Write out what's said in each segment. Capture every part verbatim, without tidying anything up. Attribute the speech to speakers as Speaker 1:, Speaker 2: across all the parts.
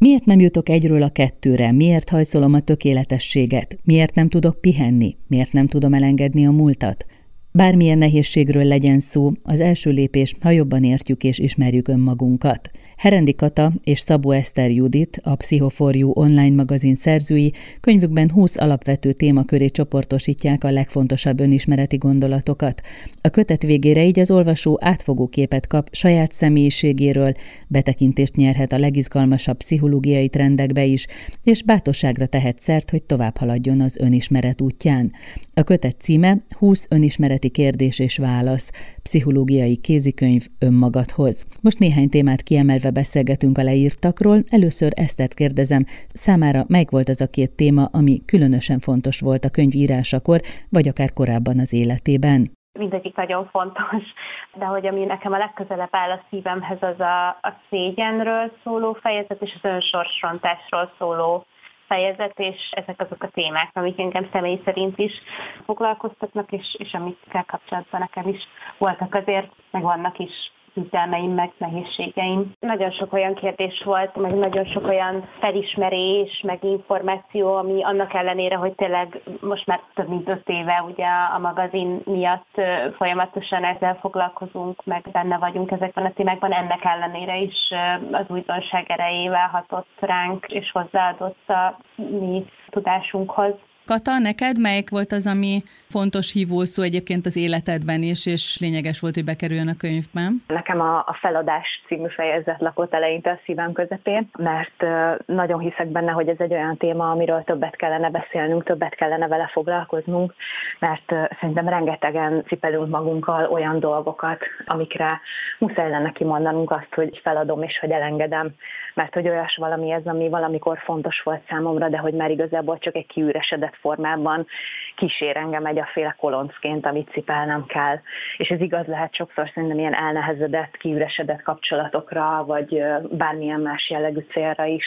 Speaker 1: Miért nem jutok egyről a kettőre? Miért hajszolom a tökéletességet? Miért nem tudok pihenni? Miért nem tudom elengedni a múltat? Bármilyen nehézségről legyen szó, az első lépés, ha jobban értjük és ismerjük önmagunkat. Herendi Kata és Szabó Eszter Judit, a Psycho for You online magazin szerzői könyvükben húsz alapvető témaköré csoportosítják a legfontosabb önismereti gondolatokat. A kötet végére így az olvasó átfogó képet kap saját személyiségéről, betekintést nyerhet a legizgalmasabb pszichológiai trendekbe is, és bátorságra tehet szert, hogy tovább haladjon az önismeret útján. A kötet címe húsz önismereti kérdés és válasz, pszichológiai kézikönyv önmagadhoz. Most néhány témát kiemelve beszélgetünk a leírtakról. Először Esztert kérdezem, számára melyik volt az a két téma, ami különösen fontos volt a könyv írásakor, vagy akár korábban az életében?
Speaker 2: Mindegyik nagyon fontos, de hogy ami nekem a legközelebb áll a szívemhez, az a, a szégyenről szóló fejezet és az önsorsrontásról szóló fejezet, és ezek azok a témák, amik engem személy szerint is foglalkoztatnak, és, és amikkel kapcsolatban nekem is voltak azért, meg vannak is küzdelmeim, meg nehézségeim. Nagyon sok olyan kérdés volt, meg nagyon sok olyan felismerés, meg információ, ami annak ellenére, hogy tényleg most már több mint öt éve ugye a magazin miatt folyamatosan ezzel foglalkozunk, meg benne vagyunk ezekben a témákban, ennek ellenére is az újdonság erejével hatott ránk, és hozzáadott a mi tudásunkhoz.
Speaker 3: Kata, neked melyik volt az, ami fontos hívószó egyébként az életedben is, és lényeges volt, hogy bekerüljön a könyvben?
Speaker 4: Nekem a, a Feladás című fejezet lakott eleinte a szívem közepén, mert nagyon hiszek benne, hogy ez egy olyan téma, amiről többet kellene beszélnünk, többet kellene vele foglalkoznunk, mert szerintem rengetegen cipelünk magunkkal olyan dolgokat, amikre muszáj lenne kimondanunk azt, hogy feladom és hogy elengedem, mert hogy olyas valami ez, ami valamikor fontos volt számomra, de hogy már igazából csak egy kiüresedett formában kísér engem egyféle koloncként, amit cipelnem kell. És ez igaz lehet sokszor szerintem ilyen elnehezedett, kiüresedett kapcsolatokra, vagy bármilyen más jellegű célra is.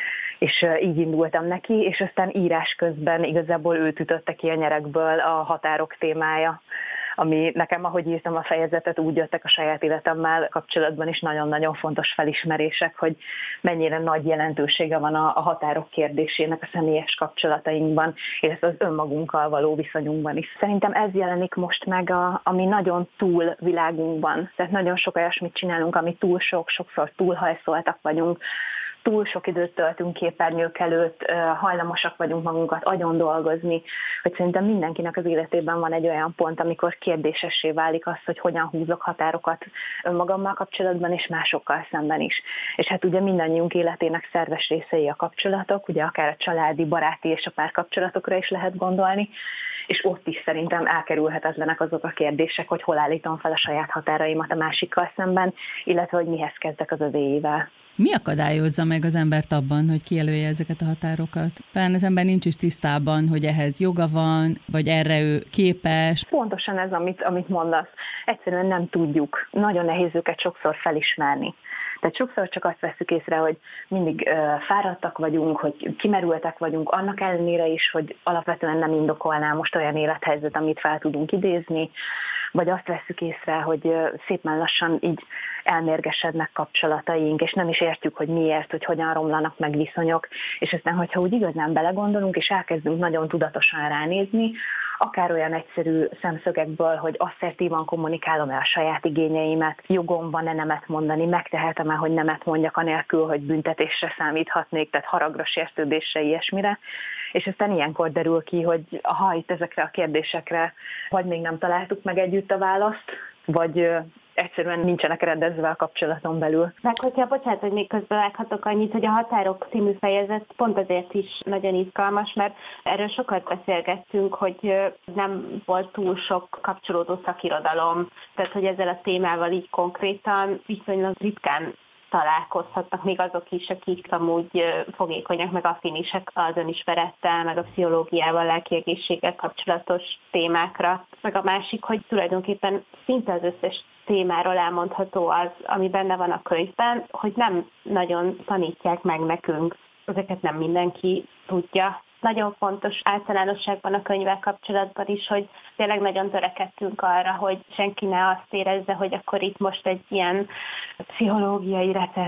Speaker 4: És így indultam neki, és aztán írás közben igazából őt ütötte ki a nyerekből a határok témája, ami nekem, ahogy írtam a fejezetet, úgy jöttek a saját életemmel kapcsolatban is nagyon-nagyon fontos felismerések, hogy mennyire nagy jelentősége van a, a határok kérdésének a személyes kapcsolatainkban, illetve az önmagunkkal való viszonyunkban is. Szerintem ez jelenik most meg, a, ami nagyon túl világunkban. Tehát nagyon sok olyasmit csinálunk, ami túl sok, sokszor túlhajszoltak vagyunk, túl sok időt töltünk képernyők előtt, hajlamosak vagyunk magunkat agyon dolgozni, hogy szerintem mindenkinek az életében van egy olyan pont, amikor kérdésessé válik az, hogy hogyan húzok határokat önmagammal kapcsolatban és másokkal szemben is. És hát ugye mindannyiunk életének szerves részei a kapcsolatok, ugye akár a családi, baráti és a párkapcsolatokra is lehet gondolni, és ott is szerintem elkerülhetetlenek azok a kérdések, hogy hol állítom fel a saját határaimat a másikkal szemben, illetve hogy mihez kezdek az övéivel.
Speaker 3: Mi akadályozza meg az embert abban, hogy kijelölje ezeket a határokat? Talán az ember nincs is tisztában, hogy ehhez joga van, vagy erre ő képes.
Speaker 4: Pontosan ez, amit, amit mondasz. Egyszerűen nem tudjuk. Nagyon nehéz őket sokszor felismerni. Tehát sokszor csak azt veszük észre, hogy mindig uh, fáradtak vagyunk, hogy kimerültek vagyunk, annak ellenére is, hogy alapvetően nem indokolná most olyan élethelyzet, amit fel tudunk idézni, vagy azt veszük észre, hogy uh, szépen lassan így elmérgesednek kapcsolataink, és nem is értjük, hogy miért, hogy hogyan romlanak meg viszonyok, és aztán, hogyha úgy igazán belegondolunk, és elkezdünk nagyon tudatosan ránézni, akár olyan egyszerű szemszögekből, hogy asszertívan kommunikálom-e a saját igényeimet, jogom van-e nemet mondani, megtehetem-e, hogy nemet mondjak anélkül, hogy büntetésre számíthatnék, tehát haragra, sértődésre, ilyesmire. És aztán ilyenkor derül ki, hogy ha itt ezekre a kérdésekre vagy még nem találtuk meg együtt a választ, vagy egyszerűen nincsenek rendezve a kapcsolaton belül.
Speaker 2: Meg hogyha, bocsánat, hogy még közben vághatok annyit, hogy a Határok című fejezet pont azért is nagyon izgalmas, mert erről sokat beszélgettünk, hogy nem volt túl sok kapcsolódó szakirodalom, tehát hogy ezzel a témával így konkrétan viszonylag ritkán találkozhatnak még azok is, akik amúgy fogékonyak, meg affinisek az önismerettel, meg a pszichológiával, lelkiegészséggel kapcsolatos témákra. Meg a másik, hogy tulajdonképpen szinte az összes témáról elmondható az, ami benne van a könyvben, hogy nem nagyon tanítják meg nekünk. Ezeket nem mindenki tudja. Nagyon fontos általánosságban a könyvvel kapcsolatban is, hogy tényleg nagyon törekedtünk arra, hogy senki ne azt érezze, hogy akkor itt most egy ilyen pszichológiai recept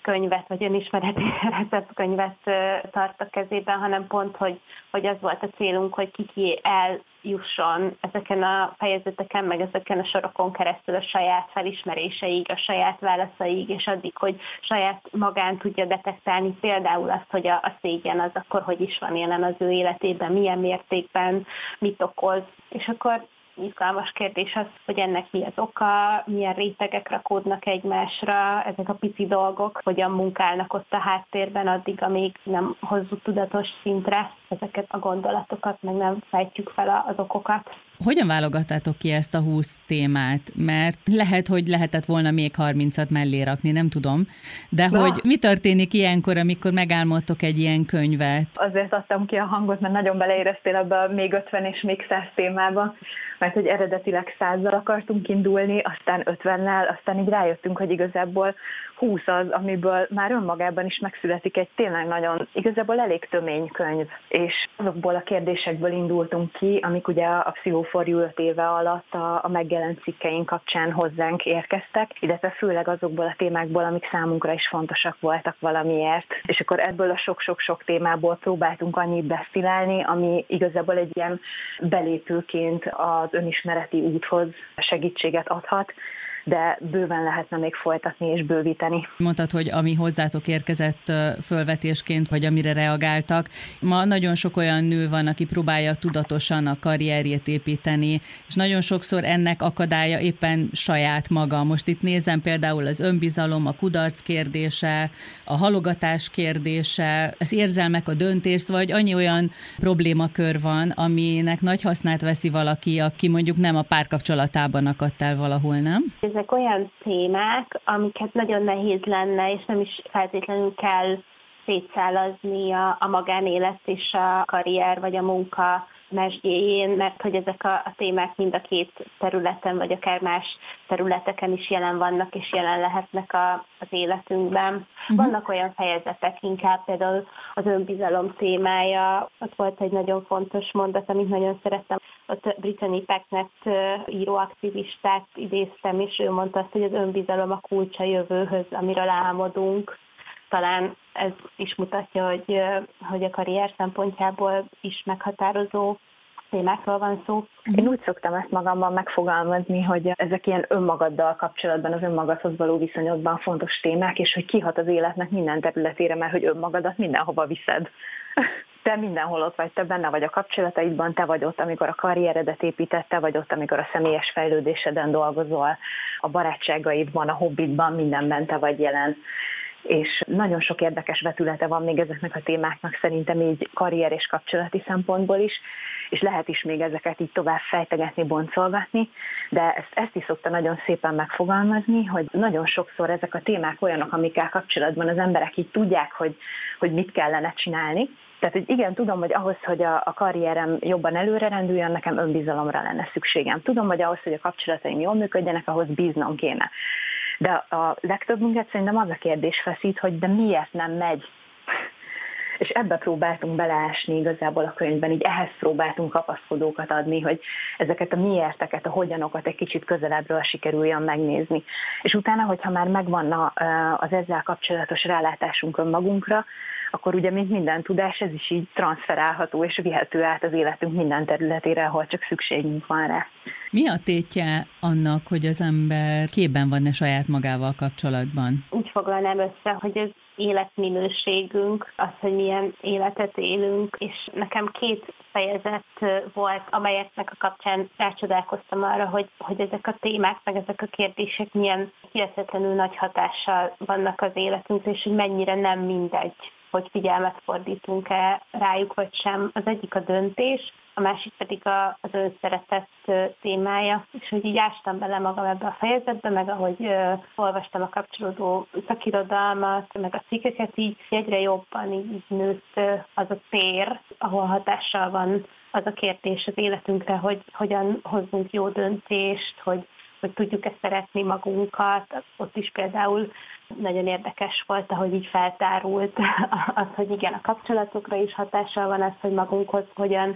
Speaker 2: receptkönyvet, vagy önismereti receptkönyvet tart a kezében, hanem pont, hogy, hogy az volt a célunk, hogy kiki eljusson ezeken a fejezeteken, meg ezeken a sorokon keresztül a saját felismeréseig, a saját válaszaig, és addig, hogy saját magán tudja detektálni például azt, hogy a, a szégyen az akkor hogy is van jelen az ő életében, milyen mértékben, mit okoz, és akkor izgalmas kérdés az, hogy ennek mi az oka, milyen rétegek rakódnak egymásra, ezek a pici dolgok, hogyan munkálnak ott a háttérben addig, amíg nem hozzuk tudatos szintre ezeket a gondolatokat, meg nem fejtjük fel az okokat.
Speaker 3: Hogyan válogattátok ki ezt a húsz témát? Mert lehet, hogy lehetett volna még harmincat mellé rakni, nem tudom. De Na. hogy mi történik ilyenkor, amikor megálmodtok egy ilyen könyvet?
Speaker 4: Azért adtam ki a hangot, mert nagyon beleéreztél abba a még ötven és még száz témába, mert hogy eredetileg százzal akartunk indulni, aztán ötvennel, aztán így rájöttünk, hogy igazából húsz az, amiből már önmagában is megszületik egy tényleg nagyon, igazából elég tömény könyv. És azokból a kérdésekből indultunk ki, amik ugye a Pszichóforjú öt éve alatt a, a megjelent cikkeink kapcsán hozzánk érkeztek, illetve főleg azokból a témákból, amik számunkra is fontosak voltak valamiért. És akkor ebből a sok-sok-sok témából próbáltunk annyit desztillálni, ami igazából egy ilyen belépőként az önismereti úthoz segítséget adhat, de bőven lehetne még folytatni és bővíteni.
Speaker 3: Mondtad, hogy ami hozzátok érkezett fölvetésként, vagy amire reagáltak. Ma nagyon sok olyan nő van, aki próbálja tudatosan a karrierjét építeni, és nagyon sokszor ennek akadálya éppen saját maga. Most itt nézem például az önbizalom, a kudarc kérdése, a halogatás kérdése, az érzelmek, a döntést, vagy annyi olyan problémakör van, aminek nagy hasznát veszi valaki, aki mondjuk nem a párkapcsolatában akadt el valahol, nem?
Speaker 2: Ezek olyan témák, amiket nagyon nehéz lenne, és nem is feltétlenül kell szétszálazni a, a magánélet és a karrier vagy a munka mesdjéjén, mert hogy ezek a, a témák mind a két területen, vagy akár más területeken is jelen vannak, és jelen lehetnek a, az életünkben. Uh-huh. Vannak olyan fejezetek, inkább például az önbizalom témája, ott volt egy nagyon fontos mondat, amit nagyon szerettem. Ott Brittany Packnett íróaktivistát idéztem, és ő mondta azt, hogy az önbizalom a kulcs a jövőhöz, amiről álmodunk. Talán ez is mutatja, hogy, hogy a karrier szempontjából is meghatározó témákról van szó.
Speaker 4: Én úgy szoktam ezt magamban megfogalmazni, hogy ezek ilyen önmagaddal kapcsolatban, az önmagadhoz való viszonyodban fontos témák, és hogy kihat az életnek minden területére, mert hogy önmagadat mindenhova viszed. Te mindenhol ott vagy, te benne vagy a kapcsolataidban, te vagy ott, amikor a karrieredet építed, te vagy ott, amikor a személyes fejlődéseden dolgozol, a barátságaidban, a hobbidban, mindenben te vagy jelen. És nagyon sok érdekes vetülete van még ezeknek a témáknak szerintem így karrier és kapcsolati szempontból is, és lehet is még ezeket így tovább fejtegetni, boncolgatni, de ezt, ezt is szokta nagyon szépen megfogalmazni, hogy nagyon sokszor ezek a témák olyanok, amikkel kapcsolatban az emberek így tudják, hogy, hogy mit kellene csinálni. Tehát, hogy igen, tudom, hogy ahhoz, hogy a, a karrierem jobban előre rendüljön, nekem önbizalomra lenne szükségem. Tudom, hogy ahhoz, hogy a kapcsolataim jól működjenek, ahhoz bíznom kéne. De a legtöbbünket szerintem az a kérdés feszít, hogy de miért nem megy? És ebbe próbáltunk beleásni igazából a könyvben, így ehhez próbáltunk kapaszkodókat adni, hogy ezeket a miérteket, a hogyanokat egy kicsit közelebbről sikerüljön megnézni. És utána, hogyha már megvan az ezzel kapcsolatos rálátásunk önmagunkra, akkor ugye, mint minden tudás, ez is így transferálható és vihető át az életünk minden területére, ahol csak szükségünk van rá.
Speaker 3: Mi a tétje annak, hogy az ember képben van-e saját magával kapcsolatban?
Speaker 2: Úgy foglalnám össze, hogy az életminőségünk, az, hogy milyen életet élünk, és nekem két fejezet volt, amelyeknek a kapcsán rácsodálkoztam arra, hogy, hogy ezek a témák, meg ezek a kérdések milyen hihetetlenül nagy hatással vannak az életünkre, és hogy mennyire nem mindegy, hogy figyelmet fordítunk-e rájuk, vagy sem. Az egyik a döntés, a másik pedig a, az önszeretet témája, és hogy így ástam bele magam ebbe a fejezetbe, meg ahogy ö, olvastam a kapcsolódó szakirodalmat, meg a cikkeket, így egyre jobban így, így nőtt az a tér, ahol hatással van az a kérdés az életünkre, hogy hogyan hozzunk jó döntést, hogy hogy tudjuk-e szeretni magunkat. Ott is például nagyon érdekes volt, ahogy így feltárult az, hogy igen, a kapcsolatokra is hatással van az, hogy magunkhoz hogyan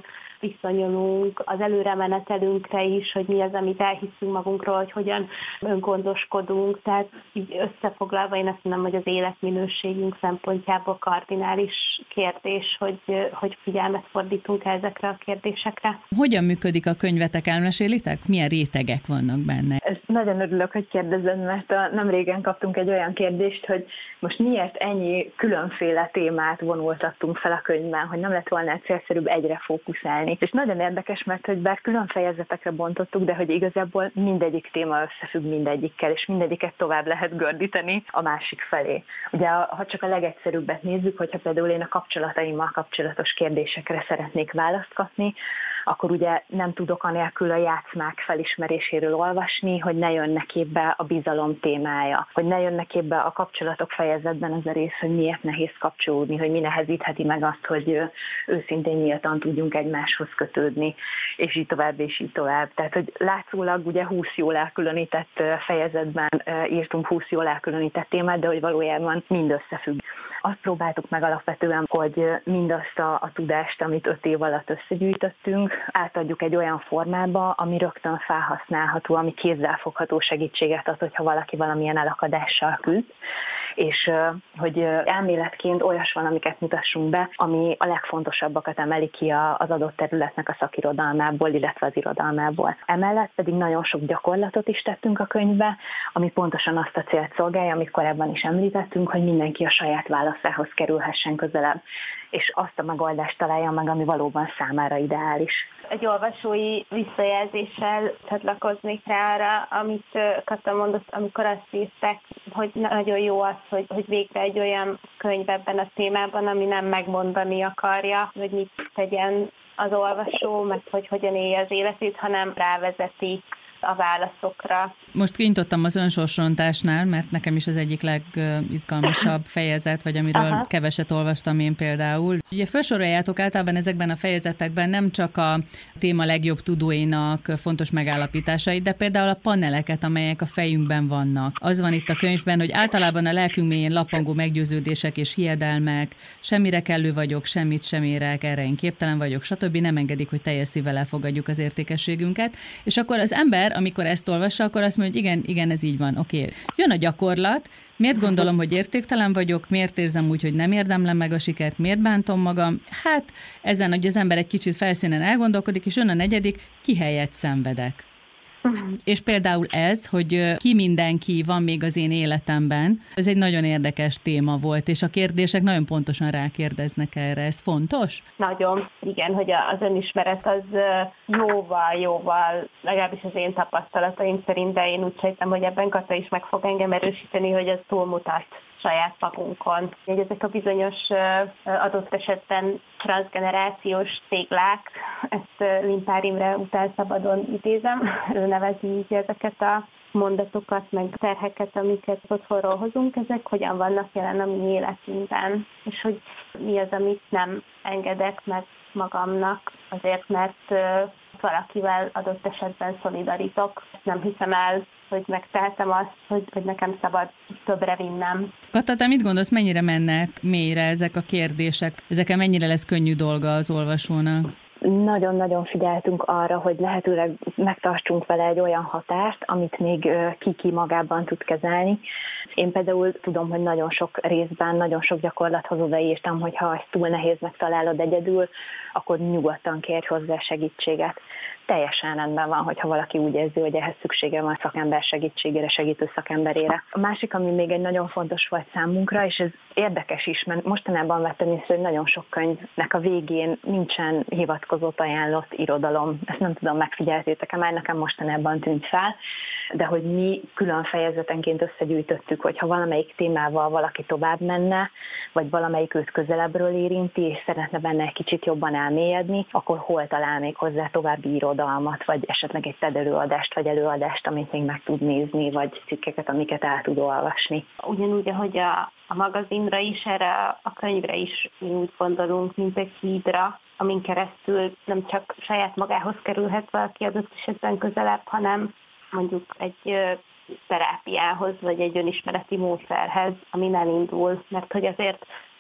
Speaker 2: viszonyulunk, az előremenetelünkre is, hogy mi az, amit elhiszünk magunkról, hogy hogyan öngondoskodunk. Tehát így összefoglalva én azt mondom, hogy az életminőségünk szempontjából kardinális kérdés, hogy, hogy figyelmet fordítunk ezekre a kérdésekre.
Speaker 3: Hogyan működik a könyvetek? Elmesélitek? Milyen rétegek vannak benne?
Speaker 4: Ez nagyon örülök, hogy kérdezed, mert a, nem régen kaptunk egy olyan kérdést, hogy most miért ennyi különféle témát vonultattunk fel a könyvben, hogy nem lett volna célszerűbb egyre fókuszálni. És nagyon érdekes, mert hogy bár külön fejezetekre bontottuk, de hogy igazából mindegyik téma összefügg mindegyikkel, és mindegyiket tovább lehet gördíteni a másik felé. Ugye, ha csak a legegyszerűbbet nézzük, hogyha például én a kapcsolataimmal kapcsolatos kérdésekre szeretnék választ kapni, akkor ugye nem tudok anélkül a játszmák felismeréséről olvasni, hogy ne jönne képbe a bizalom témája, hogy ne jönne képbe a kapcsolatok fejezetben az a rész, hogy miért nehéz kapcsolódni, hogy mi nehezítheti meg azt, hogy őszintén nyíltan tudjunk egymáshoz kötődni, és így tovább, és így tovább. Tehát, hogy látszólag ugye húsz jól elkülönített fejezetben írtunk húsz jól elkülönített témát, de hogy valójában mind összefügg. Azt próbáltuk meg alapvetően, hogy mindazt a, a tudást, amit öt év alatt összegyűjtöttünk, átadjuk egy olyan formába, ami rögtön felhasználható, ami kézzelfogható segítséget ad, hogyha valaki valamilyen elakadással küzd, és hogy elméletként olyas valamiket mutassunk be, ami a legfontosabbakat emeli ki az adott területnek a szakirodalmából, illetve az irodalmából. Emellett pedig nagyon sok gyakorlatot is tettünk a könyvbe, ami pontosan azt a célt szolgálja, amit korábban is említettünk, hogy mindenki a saját válaszához kerülhessen közelebb, és azt a megoldást találja meg, ami valóban számára ideális.
Speaker 2: Egy olvasói visszajelzéssel csatlakoznék rá arra, amit Kata mondott, amikor azt írták, hogy nagyon jó az, hogy, hogy végre egy olyan könyv ebben a témában, ami nem megmondani akarja, hogy mit tegyen az olvasó, meg hogy hogyan élje az életét, hanem rávezeti a válaszokra.
Speaker 3: Most kinyitottam az önsorsrontásnál, mert nekem is az egyik legizgalmasabb fejezet, vagy amiről Aha. keveset olvastam én például. Ugye felsoroljátok általában ezekben a fejezetekben nem csak a téma legjobb tudóinak fontos megállapításait, de például a paneleket, amelyek a fejünkben vannak. Az van itt a könyvben, hogy általában a lelkünk mélyén lapangó meggyőződések és hiedelmek, semmire kellő vagyok, semmit sem érek, erre én képtelen vagyok, stb. Nem engedik, hogy teljes szívvel elfogadjuk az értékességünket. És akkor az ember, amikor ezt olvassa, akkor azt mondja, hogy igen, igen, ez így van, oké. Okay. Jön a gyakorlat, miért gondolom, hogy értéktelen vagyok, miért érzem úgy, hogy nem érdemlem meg a sikert, miért bántom magam? Hát ezen, hogy az ember egy kicsit felszínen elgondolkodik, és jön a negyedik, ki helyett szenvedek. Uh-huh. És például ez, hogy ki mindenki van még az én életemben, ez egy nagyon érdekes téma volt, és a kérdések nagyon pontosan rákérdeznek erre. Ez fontos?
Speaker 2: Nagyon. Igen, hogy az önismeret az jóval, jóval, legalábbis az én tapasztalataim szerint, de én úgy sejtem, hogy ebben Kata is meg fog engem erősíteni, hogy ez túlmutat saját magunkon. Ezek a bizonyos adott esetben transzgenerációs téglák, ezt Limpár Imre után szabadon idézem, ő nevezi így ezeket a mondatokat, meg terheket, amiket otthonról hozunk, ezek hogyan vannak jelen a mi életünkben, és hogy mi az, amit nem engedek meg magamnak, azért, mert valakivel adott esetben szolidarítok. Nem hiszem el, hogy megtehetem azt, hogy, hogy nekem szabad többre vinnem.
Speaker 3: Kata, te mit gondolsz, mennyire mennek mélyre ezek a kérdések? Ezeken mennyire lesz könnyű dolga az olvasónak?
Speaker 4: Nagyon-nagyon figyeltünk arra, hogy lehetőleg megtartsunk vele egy olyan határt, amit még ki-ki magában tud kezelni. Én például tudom, hogy nagyon sok részben, nagyon sok gyakorlathoz odaírtam, hogy ha ezt túl nehéznek találod egyedül, akkor nyugodtan kérj hozzá segítséget. Teljesen rendben van, hogyha valaki úgy érzi, hogy ehhez szüksége van szakember segítségére, segítő szakemberére. A másik, ami még egy nagyon fontos volt számunkra, és ez érdekes is, mert mostanában vettem észre, hogy nagyon sok könyvnek a végén nincsen hivatkozott ajánlott irodalom. Ezt nem tudom, megfigyeltétek-e, már nekem mostanában tűnt fel, de hogy mi külön fejezetenként összegyűjtöttük, hogyha valamelyik témával valaki tovább menne, vagy valamelyik őt közelebbről érinti, és szeretne benne egy kicsit jobban elmélyedni, akkor hol talál még hozzá további irodalmat, vagy esetleg egy TED előadást, vagy előadást, amit még meg tud nézni, vagy cikkeket, amiket el tud olvasni.
Speaker 2: Ugyanúgy, ahogy a, a magazinra is, erre a könyvre is mi úgy gondolunk, mint egy hídra, amin keresztül nem csak saját magához kerülhet valaki adott esetben közelebb, hanem mondjuk egy terápiához, vagy egy önismereti módszerhez, amin elindul, mert hogy azért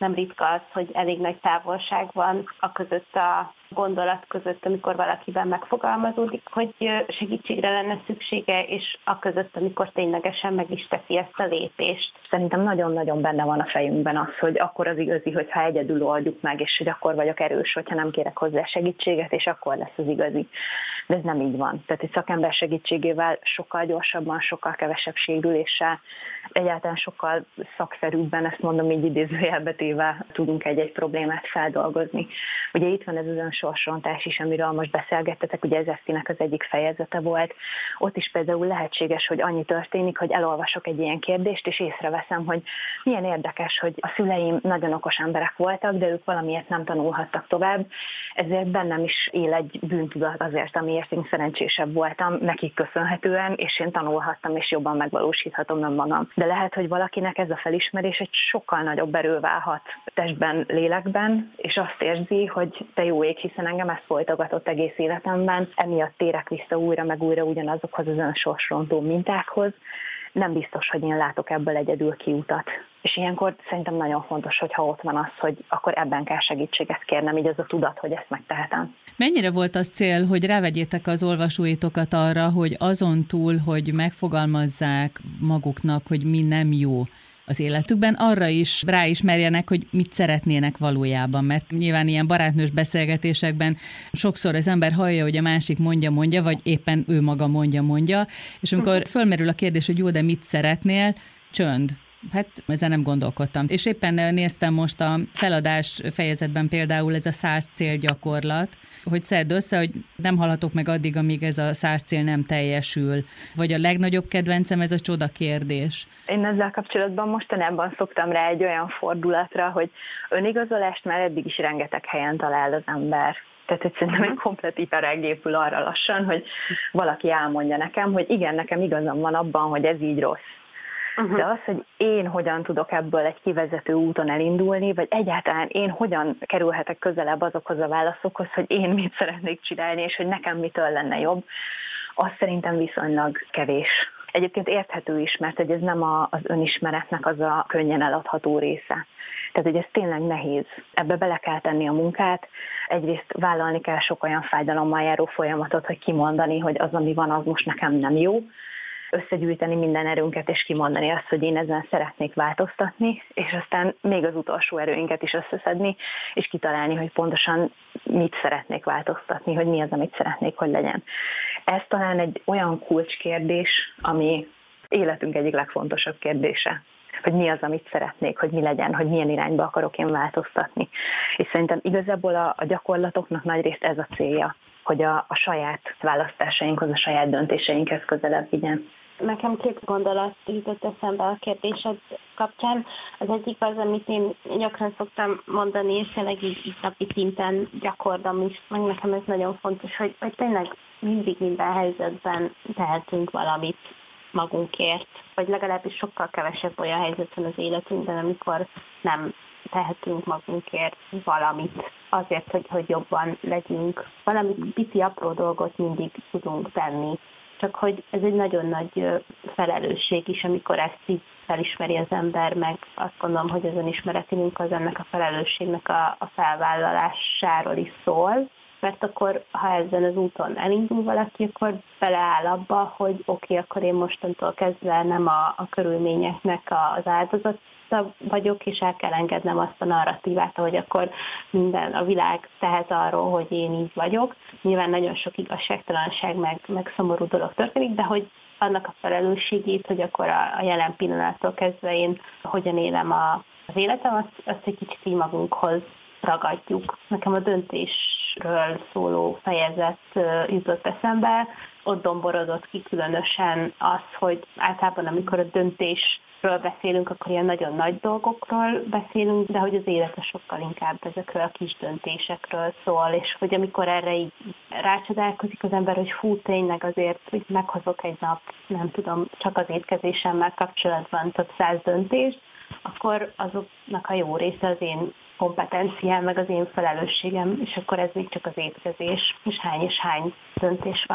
Speaker 2: nem ritka az, hogy elég nagy távolság van a között a gondolat között, amikor valakiben megfogalmazódik, hogy segítségre lenne szüksége, és a között, amikor ténylegesen meg is teszi ezt a lépést.
Speaker 4: Szerintem nagyon-nagyon benne van a fejünkben az, hogy akkor az igazi, hogyha egyedül oldjuk meg, és hogy akkor vagyok erős, hogyha nem kérek hozzá segítséget, és akkor lesz az igazi. De ez nem így van. Tehát egy szakember segítségével sokkal gyorsabban, sokkal kevesebb sérüléssel, egyáltalán sokkal szakszerűbben, ezt mondom így idézőjelbe téve, tudunk egy-egy problémát feldolgozni. Ugye itt van ez az önsorsrontás is, amiről most beszélgettetek, ugye ez Esztinek az egyik fejezete volt. Ott is például lehetséges, hogy annyi történik, hogy elolvasok egy ilyen kérdést, és észreveszem, hogy milyen érdekes, hogy a szüleim nagyon okos emberek voltak, de ők valamiért nem tanulhattak tovább, ezért bennem is él egy bűntudat azért, amiért én szerencsésebb voltam, nekik köszönhetően, és én tanulhattam, és jobban megvalósíthatom önmagam. De lehet, hogy valakinek ez a felismerés egy sokkal nagyobb erővel hat testben, lélekben, és azt érzi, hogy te jó ég, hiszen engem ezt folytogatott egész életemben, emiatt térek vissza újra meg újra ugyanazokhoz az önsorsrontó mintákhoz. Nem biztos, hogy én látok ebből egyedül kiutat. És ilyenkor szerintem nagyon fontos, hogyha ott van az, hogy akkor ebben kell segítséget kérnem, így az a tudat, hogy ezt megtehetem.
Speaker 3: Mennyire volt az cél, hogy rávegyétek az olvasóitokat arra, hogy azon túl, hogy megfogalmazzák maguknak, hogy mi nem jó az életükben, arra is ráismerjenek, hogy mit szeretnének valójában, mert nyilván ilyen barátnős beszélgetésekben sokszor az ember hallja, hogy a másik mondja-mondja, vagy éppen ő maga mondja-mondja, és amikor fölmerül a kérdés, hogy jó, de mit szeretnél, csönd. Hát ezen nem gondolkodtam. És éppen néztem most a feladás fejezetben például ez a száz cél gyakorlat, hogy szedd össze, hogy nem hallhatok meg addig, amíg ez a száz cél nem teljesül. Vagy a legnagyobb kedvencem ez a csoda kérdés.
Speaker 4: Én ezzel kapcsolatban mostanában szoktam rá egy olyan fordulatra, hogy önigazolást már eddig is rengeteg helyen talál az ember. Tehát, hogy szerintem egy komplet iparág épül arra lassan, hogy valaki elmondja nekem, hogy igen, nekem igazam van abban, hogy ez így rossz. Uh-huh. De az, hogy én hogyan tudok ebből egy kivezető úton elindulni, vagy egyáltalán én hogyan kerülhetek közelebb azokhoz a válaszokhoz, hogy én mit szeretnék csinálni, és hogy nekem mitől lenne jobb, az szerintem viszonylag kevés. Egyébként érthető is, mert hogy ez nem a, az önismeretnek az a könnyen eladható része. Tehát, hogy ez tényleg nehéz. Ebbe bele kell tenni a munkát. Egyrészt vállalni kell sok olyan fájdalommal járó folyamatot, hogy kimondani, hogy az, ami van, az most nekem nem jó. Összegyűjteni minden erőnket, és kimondani azt, hogy én ezen szeretnék változtatni, és aztán még az utolsó erőinket is összeszedni, és kitalálni, hogy pontosan mit szeretnék változtatni, hogy mi az, amit szeretnék, hogy legyen. Ez talán egy olyan kulcskérdés, ami életünk egyik legfontosabb kérdése, hogy mi az, amit szeretnék, hogy mi legyen, hogy milyen irányba akarok én változtatni. És szerintem igazából a, a gyakorlatoknak nagyrészt ez a célja, hogy a, a saját választásainkhoz, a saját döntéseinkhez közelebb vigyen.
Speaker 2: Nekem két gondolat jutott eszembe a kérdésed kapcsán. Az egyik az, amit én gyakran szoktam mondani, és tényleg így, így napi szinten gyakorlom is, meg nekem ez nagyon fontos, hogy, hogy tényleg mindig minden helyzetben tehetünk valamit magunkért, vagy legalábbis sokkal kevesebb olyan helyzet van az életünkben, amikor nem tehetünk magunkért valamit, azért, hogy, hogy jobban legyünk. Valami pici apró dolgot mindig tudunk tenni. Csak hogy ez egy nagyon nagy felelősség is, amikor ezt így felismeri az ember, meg azt gondolom, hogy az önismereti munka az ennek a felelősségnek a, a felvállalásáról is szól, mert akkor, ha ezen az úton elindul valaki, akkor beleáll abba, hogy oké, okay, akkor én mostantól kezdve nem a, a körülményeknek az áldozata vagyok, és el kell engednem azt a narratívát, hogy akkor minden, a világ tehet arról, hogy én így vagyok. Nyilván nagyon sok igazságtalanság, meg, meg szomorú dolog történik, de hogy annak a felelősségét, hogy akkor a, a jelen pillanattól kezdve én hogyan élem a, az életem, azt, azt egy kicsit így magunkhoz ragadjuk. Nekem a döntésről szóló fejezet jutott eszembe, ott domborodott ki különösen az, hogy általában amikor a döntésről beszélünk, akkor ilyen nagyon nagy dolgokról beszélünk, de hogy az élet sokkal inkább ezekről a kis döntésekről szól, és hogy amikor erre így rácsodálkozik az ember, hogy fú, tényleg azért, hogy meghozok egy nap, nem tudom, csak az étkezésemmel kapcsolatban több száz döntést, akkor azoknak a jó része az én kompetenciám, meg az én felelősségem, és akkor ez még csak az étkezés, és hány és hány döntés van, meg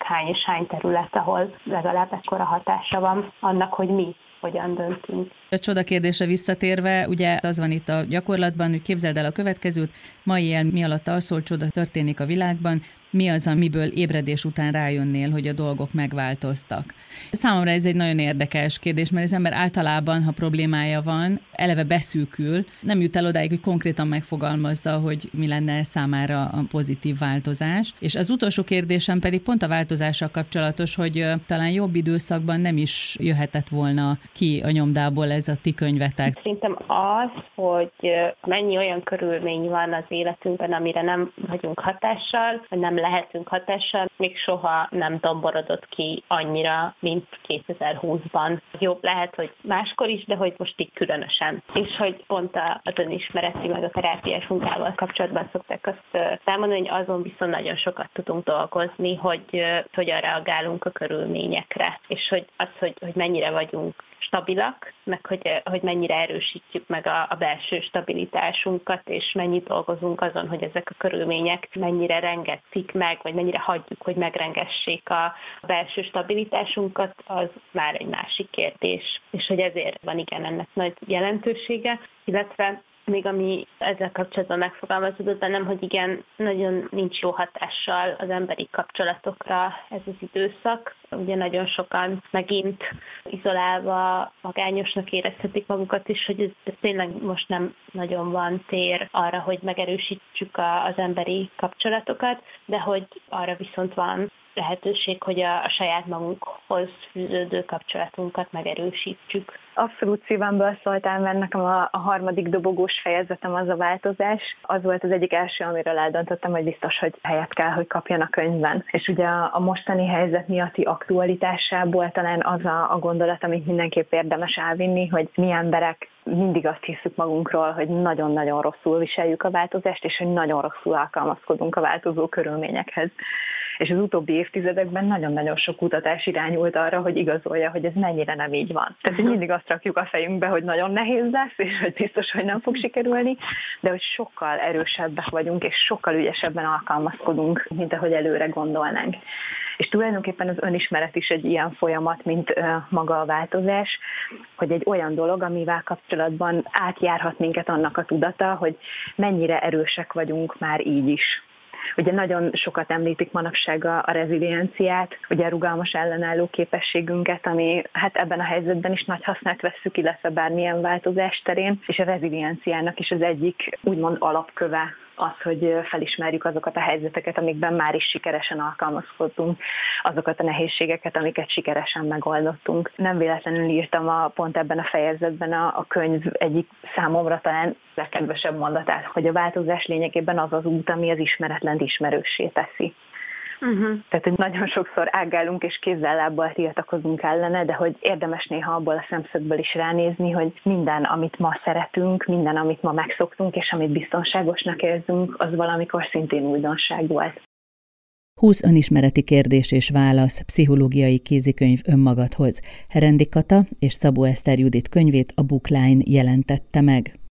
Speaker 2: hány és hány terület, ahol legalább ekkora hatása van annak, hogy mi hogyan döntünk.
Speaker 3: A csoda kérdésre visszatérve, ugye az van itt a gyakorlatban, hogy képzeld el a következőt, mai éjjel mi alatt alszol, csoda történik a világban, mi az, amiből ébredés után rájönnél, hogy a dolgok megváltoztak. Számomra ez egy nagyon érdekes kérdés, mert az ember általában, ha problémája van, eleve beszűkül, nem jut el odáig, hogy konkrétan megfogalmazza, hogy mi lenne számára a pozitív változás. És az utolsó kérdésem pedig pont a változással kapcsolatos, hogy talán jobb időszakban nem is jöhetett volna ki a nyomdából ez a ti könyvetek.
Speaker 2: Szerintem az, hogy mennyi olyan körülmény van az életünkben, amire nem vagyunk hatással, vagy nem lehetünk hatással, még soha nem domborodott ki annyira, mint kétezer-húszban. Jobb lehet, hogy máskor is, de hogy most így különösen. És hogy pont az önismereti meg a terápiás munkával kapcsolatban szokták azt elmondani, hogy azon viszont nagyon sokat tudunk dolgozni, hogy hogyan reagálunk a körülményekre. És hogy az, hogy, hogy mennyire vagyunk stabilak, meg hogy, hogy mennyire erősítjük meg a, a belső stabilitásunkat, és mennyit dolgozunk azon, hogy ezek a körülmények mennyire rengetik meg, vagy mennyire hagyjuk, hogy megrengessék a belső stabilitásunkat, az már egy másik kérdés. És hogy ezért van igen ennek nagy jelentősége, illetve még ami ezzel kapcsolatban megfogalmazódott bennem, hogy igen, nagyon nincs jó hatással az emberi kapcsolatokra ez az időszak. Ugye nagyon sokan megint izolálva, magányosnak érezhetik magukat is, hogy ez, ez tényleg most nem nagyon van tér arra, hogy megerősítsük a, az emberi kapcsolatokat, de hogy arra viszont van lehetőség, hogy a, a saját magunkhoz fűződő kapcsolatunkat megerősítsük.
Speaker 4: Abszolút szívemből szóltál, mert nekem a, a harmadik dobogós fejezetem az a változás. Az volt az egyik első, amiről eldöntöttem, hogy biztos, hogy helyet kell, hogy kapjon a könyvben. És ugye a, a mostani helyzet miatti aktualitásából talán az a, a gondolat, amit mindenképp érdemes elvinni, hogy mi emberek mindig azt hiszük magunkról, hogy nagyon-nagyon rosszul viseljük a változást, és hogy nagyon rosszul alkalmazkodunk a változó körülményekhez. És az utóbbi évtizedekben nagyon-nagyon sok kutatás irányult arra, hogy igazolja, hogy ez mennyire nem így van. Tehát mindig azt rakjuk a fejünkbe, hogy nagyon nehéz lesz, és hogy biztos, hogy nem fog sikerülni, de hogy sokkal erősebbek vagyunk, és sokkal ügyesebben alkalmazkodunk, mint ahogy előre gondolnánk. És tulajdonképpen az önismeret is egy ilyen folyamat, mint maga a változás, hogy egy olyan dolog, amivel kapcsolatban átjárhat minket annak a tudata, hogy mennyire erősek vagyunk már így is. Ugye nagyon sokat említik manapság a, a rezilienciát, ugye a rugalmas ellenálló képességünket, ami hát ebben a helyzetben is nagy hasznát vesszük, illetve bármilyen változás terén, és a rezilienciának is az egyik úgymond alapköve az, hogy felismerjük azokat a helyzeteket, amikben már is sikeresen alkalmazkodtunk, azokat a nehézségeket, amiket sikeresen megoldottunk. Nem véletlenül írtam a, pont ebben a fejezetben a, a könyv egyik számomra talán legkedvesebb mondatát, hogy a változás lényegében az az út, ami az ismeretlent ismerőssé teszi. Uh-huh. Tehát, hogy nagyon sokszor ágálunk és kézzel-lábbal tiltakozunk ellene, de hogy érdemes néha abból a szemszögből is ránézni, hogy minden, amit ma szeretünk, minden, amit ma megszoktunk, és amit biztonságosnak érzünk, az valamikor szintén újdonság volt.
Speaker 1: húsz önismereti kérdés és válasz, pszichológiai kézikönyv önmagadhoz. Herendi Kata és Szabó Eszter Judit könyvét a Bookline jelentette meg.